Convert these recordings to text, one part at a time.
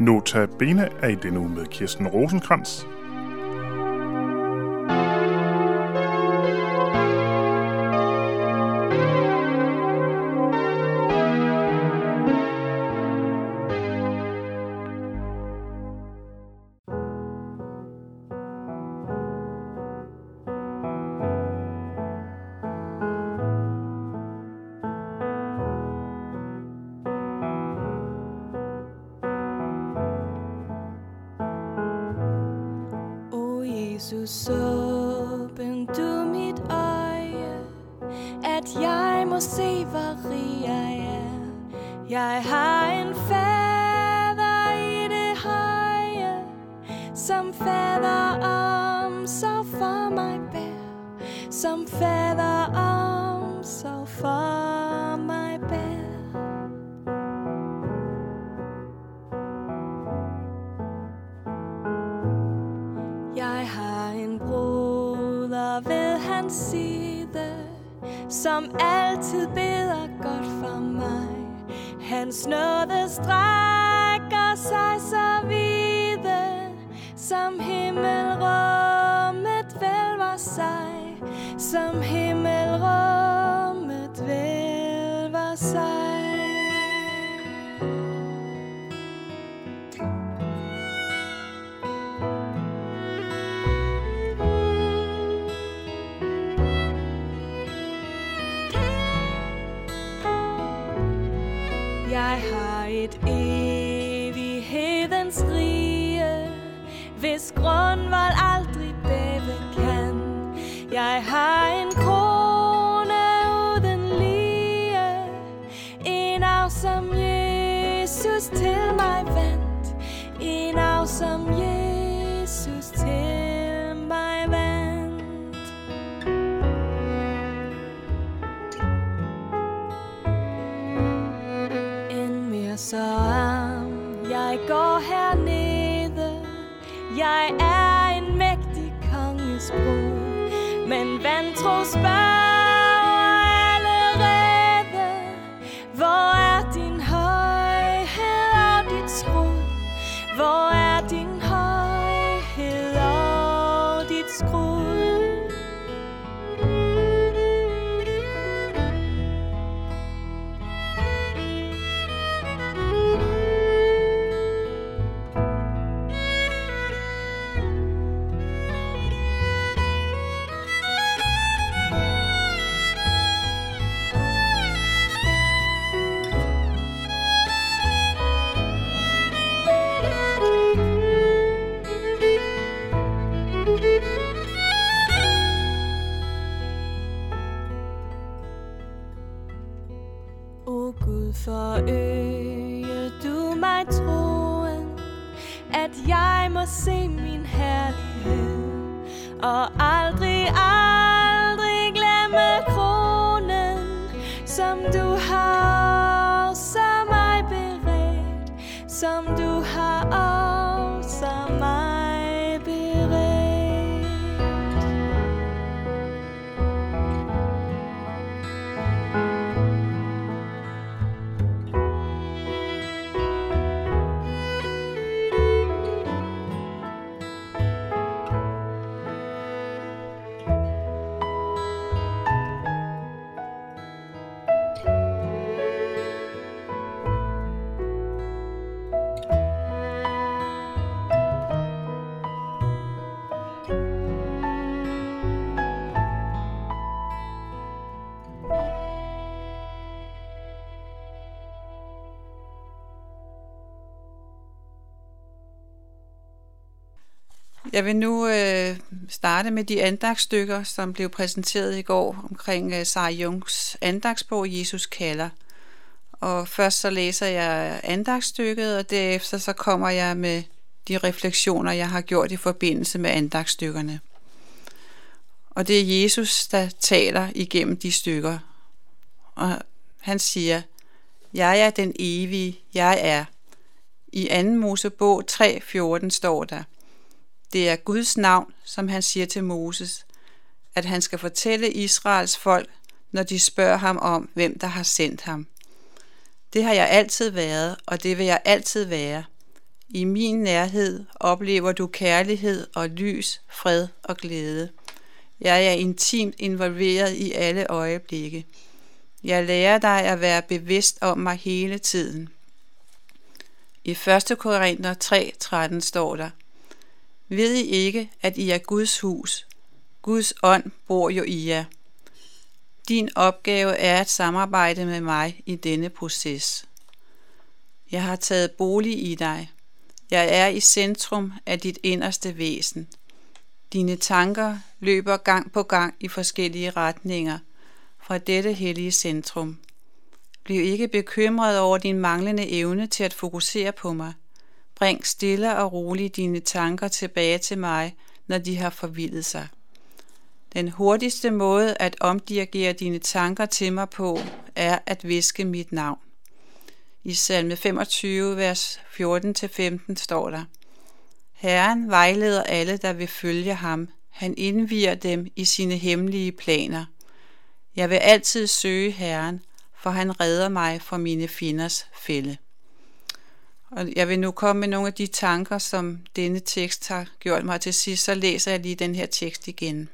Nota Bene er i denne uge med Kirsten Rosenkrantz. Jesus, åbn du mit øje, at jeg må se, hvor rig jeg er. Jeg har en fader i det høje, som fader omsorg for mig bær, som fader omsorg for mig bær. Jeg har en broder ved hans side, som altid beder godt for mig. Hans nåde strækker sig så vide, som himmelrummet hvælver sig, som himmelrummet hvælver sig. Jeg har et evighedens rige, hvis grundvold aldrig bæve kan. Jeg har en krone uden lige, en arv som Jesus til mig vandt, en arv som Jesus til mig vandt. Så jeg går hernede, jeg er en mægtig konges brud, men vantro spørger allerede, hvor er din højhed og dit skrud, hvor er din højhed og dit skrud. Forøge du mig troen, at jeg må se min herlighed, og aldrig, aldrig glemme kronen, som du har også mig beredt, som du har også mig beredt. Jeg vil nu starte med de andagtstykker, som blev præsenteret i går omkring Sarah Jungs andagtsbog Jesus kalder. Og først så læser jeg andagtstykket, og derefter så kommer jeg med de refleksioner, jeg har gjort i forbindelse med andagtstykkerne. Og det er Jesus, der taler igennem de stykker. Og han siger, jeg er den evige, jeg er. I 2. Mosebog 3:14 står der, det er Guds navn, som han siger til Moses, at han skal fortælle Israels folk, når de spørger ham om, hvem der har sendt ham. Det har jeg altid været, og det vil jeg altid være. I min nærhed oplever du kærlighed og lys, fred og glæde. Jeg er intimt involveret i alle øjeblikke. Jeg lærer dig at være bevidst om mig hele tiden. I 1. Korinther 3:13 står der: Ved I ikke, at I er Guds hus? Guds ånd bor jo i jer. Din opgave er at samarbejde med mig i denne proces. Jeg har taget bolig i dig. Jeg er i centrum af dit inderste væsen. Dine tanker løber gang på gang i forskellige retninger fra dette hellige centrum. Bliv ikke bekymret over din manglende evne til at fokusere på mig. Bring stille og roligt dine tanker tilbage til mig, når de har forvildet sig. Den hurtigste måde at omdirigere dine tanker til mig på, er at hviske mit navn. I salme 25, vers 14-15 står der: Herren vejleder alle, der vil følge ham. Han indvier dem i sine hemmelige planer. Jeg vil altid søge Herren, for han redder mig fra mine fjenders fælde. Og jeg vil nu komme med nogle af de tanker, som denne tekst har gjort mig til sidst. Så læser jeg lige den her tekst igen.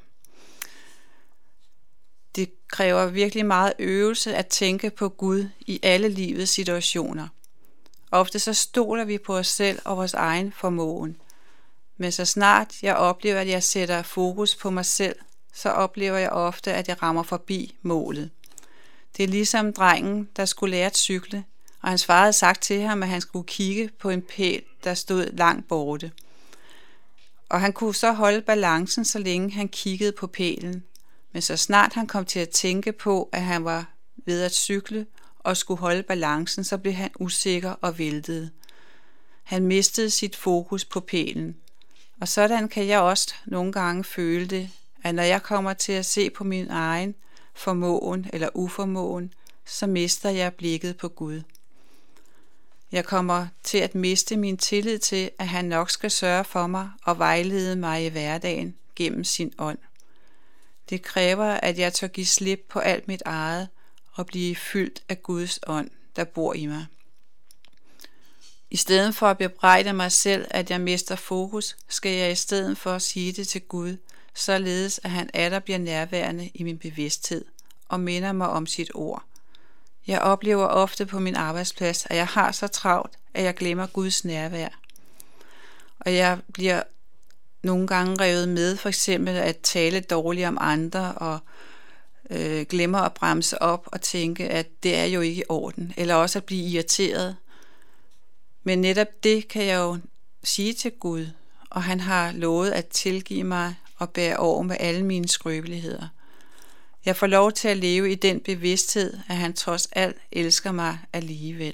Det kræver virkelig meget øvelse at tænke på Gud i alle livets situationer. Ofte så stoler vi på os selv og vores egen formåen. Men så snart jeg oplever, at jeg sætter fokus på mig selv, så oplever jeg ofte, at jeg rammer forbi målet. Det er ligesom drengen, der skulle lære at cykle, og hans far havde sagt til ham, at han skulle kigge på en pæl, der stod langt borte. Og han kunne så holde balancen, så længe han kiggede på pælen. Men så snart han kom til at tænke på, at han var ved at cykle og skulle holde balancen, så blev han usikker og væltede. Han mistede sit fokus på pælen. Og sådan kan jeg også nogle gange føle det, at når jeg kommer til at se på min egen formåen eller uformåen, så mister jeg blikket på Gud. Jeg kommer til at miste min tillid til, at han nok skal sørge for mig og vejlede mig i hverdagen gennem sin ånd. Det kræver, at jeg tør give slip på alt mit eget og blive fyldt af Guds ånd, der bor i mig. I stedet for at bebrejde mig selv, at jeg mister fokus, skal jeg i stedet for at sige det til Gud, således at han atter bliver nærværende i min bevidsthed og minder mig om sit ord. Jeg oplever ofte på min arbejdsplads, at jeg har så travlt, at jeg glemmer Guds nærvær. Og jeg bliver nogle gange revet med, for eksempel at tale dårligt om andre og glemmer at bremse op og tænke, at det er jo ikke i orden, eller også at blive irriteret. Men netop det kan jeg jo sige til Gud, og han har lovet at tilgive mig og bære over med alle mine skrøbeligheder. Jeg får lov til at leve i den bevidsthed, at han trods alt elsker mig alligevel.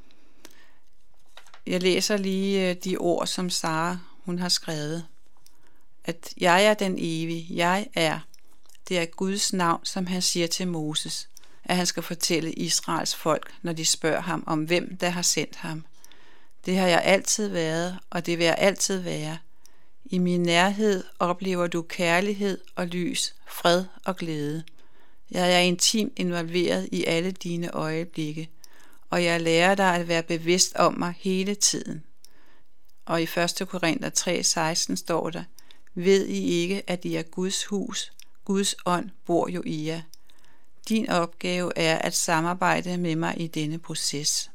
Jeg læser lige de ord, som Sara hun har skrevet. At jeg er den evige, jeg er. Det er Guds navn, som han siger til Moses, at han skal fortælle Israels folk, når de spørger ham om, hvem der har sendt ham. Det har jeg altid været, og det vil jeg altid være. I min nærhed oplever du kærlighed og lys, fred og glæde. Jeg er intimt involveret i alle dine øjeblikke, og jeg lærer dig at være bevidst om mig hele tiden. Og i 1. Korinther 3:16 står der: Ved I ikke, at I er Guds hus? Guds ånd bor jo i jer. Din opgave er at samarbejde med mig i denne proces.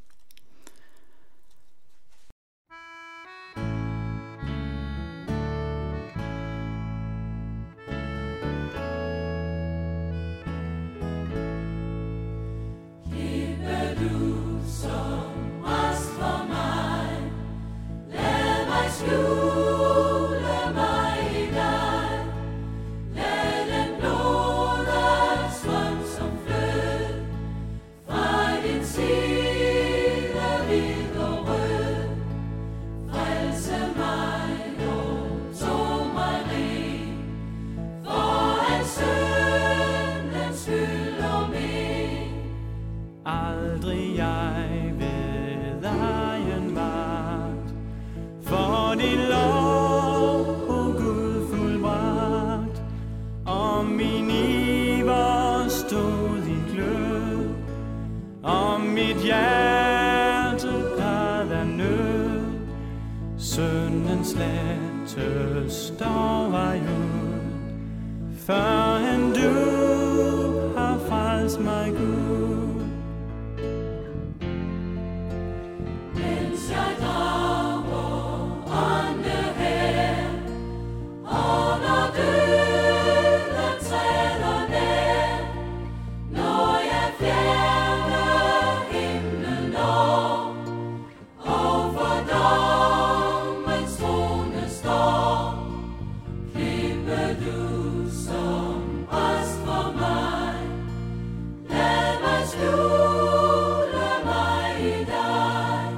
Aldrig jeg ved egen magt, for din lov, o Gud fuldbragt, om min iver stod i glød, om mit hjerte græd af nød, syndens lette står vej ud, førend du har frelst mig, Gud. Mens jeg drager ånde her, og når døden træder nær, når jeg fjerner himlen når, og for dommens trone står, klippe du som bræst for mig, lad mig skjule mig i dig.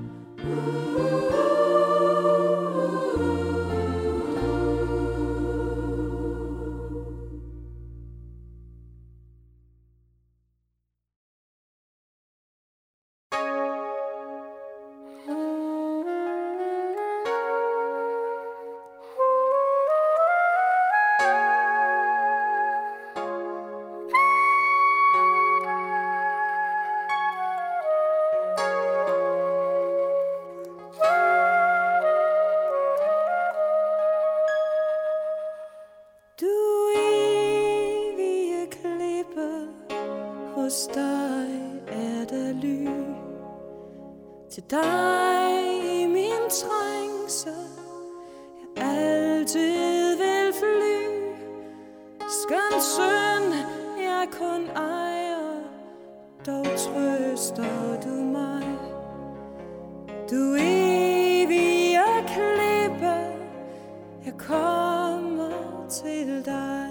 Du evige klippe, hos dig er der ly. Til dig i min trængsel, jeg altid vil fly. Skøn synd, jeg kun ejer, dog trøster du mig. Du evige klippe, jeg kommer til dig,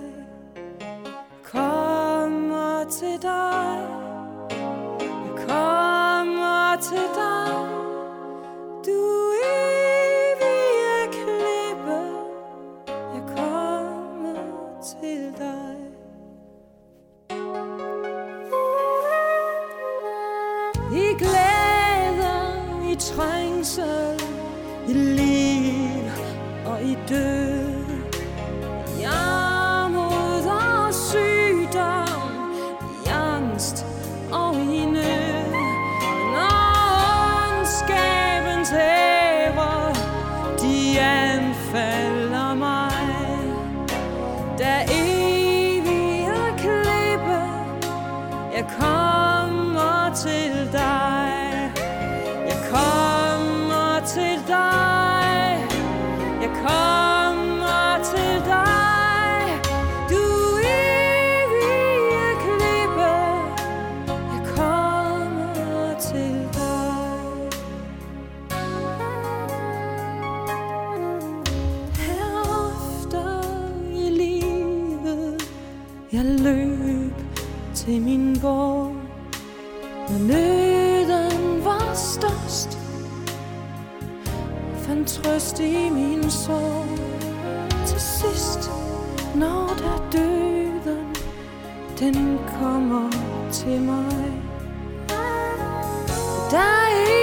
kommer til dig, jeg kommer til dig. Du evige klippe, jeg kommer til dig. I glæder, i trængsel, i liv og i død, i armod og sygdom, i angst og i nød. Når ondskabens hære, de anfalder mig, der evige klippe, jeg kommer til dig, jeg kommer til dig, jeg kommer til dig. Du evige klippe, jeg kommer til dig. Her ofte i livet, jeg løb til min borg, når nøden var størst, fandt trøst i min sorg. Til sidst, når der døden, den kommer til mig, der